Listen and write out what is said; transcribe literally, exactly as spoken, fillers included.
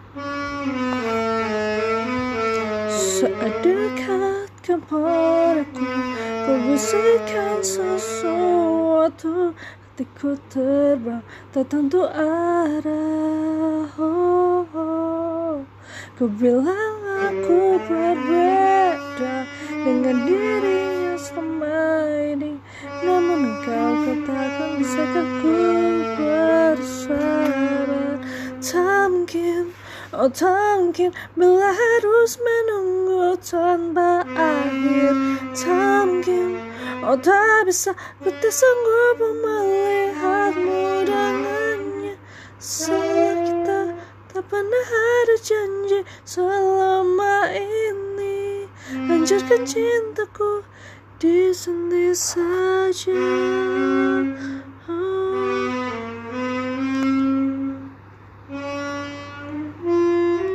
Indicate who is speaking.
Speaker 1: Saat dekat kepadaku, kau bisikkan sesuatu. Hatiku terbang, tak tentu arah. Oh, oh. Kau bilang aku berbeda dengan dirinya selama ini, namun kau katakan bisakah ku bersabar. Tak mungkin, oh tak mungkin, bila harus menunggu tanpa akhir. Tak mungkin, oh tak bisa, ku tak sanggup melihatmu dengannya. Salah kita, tak pernah ada janji selama ini. Lanjutkan cintaku di sini saja. Oh.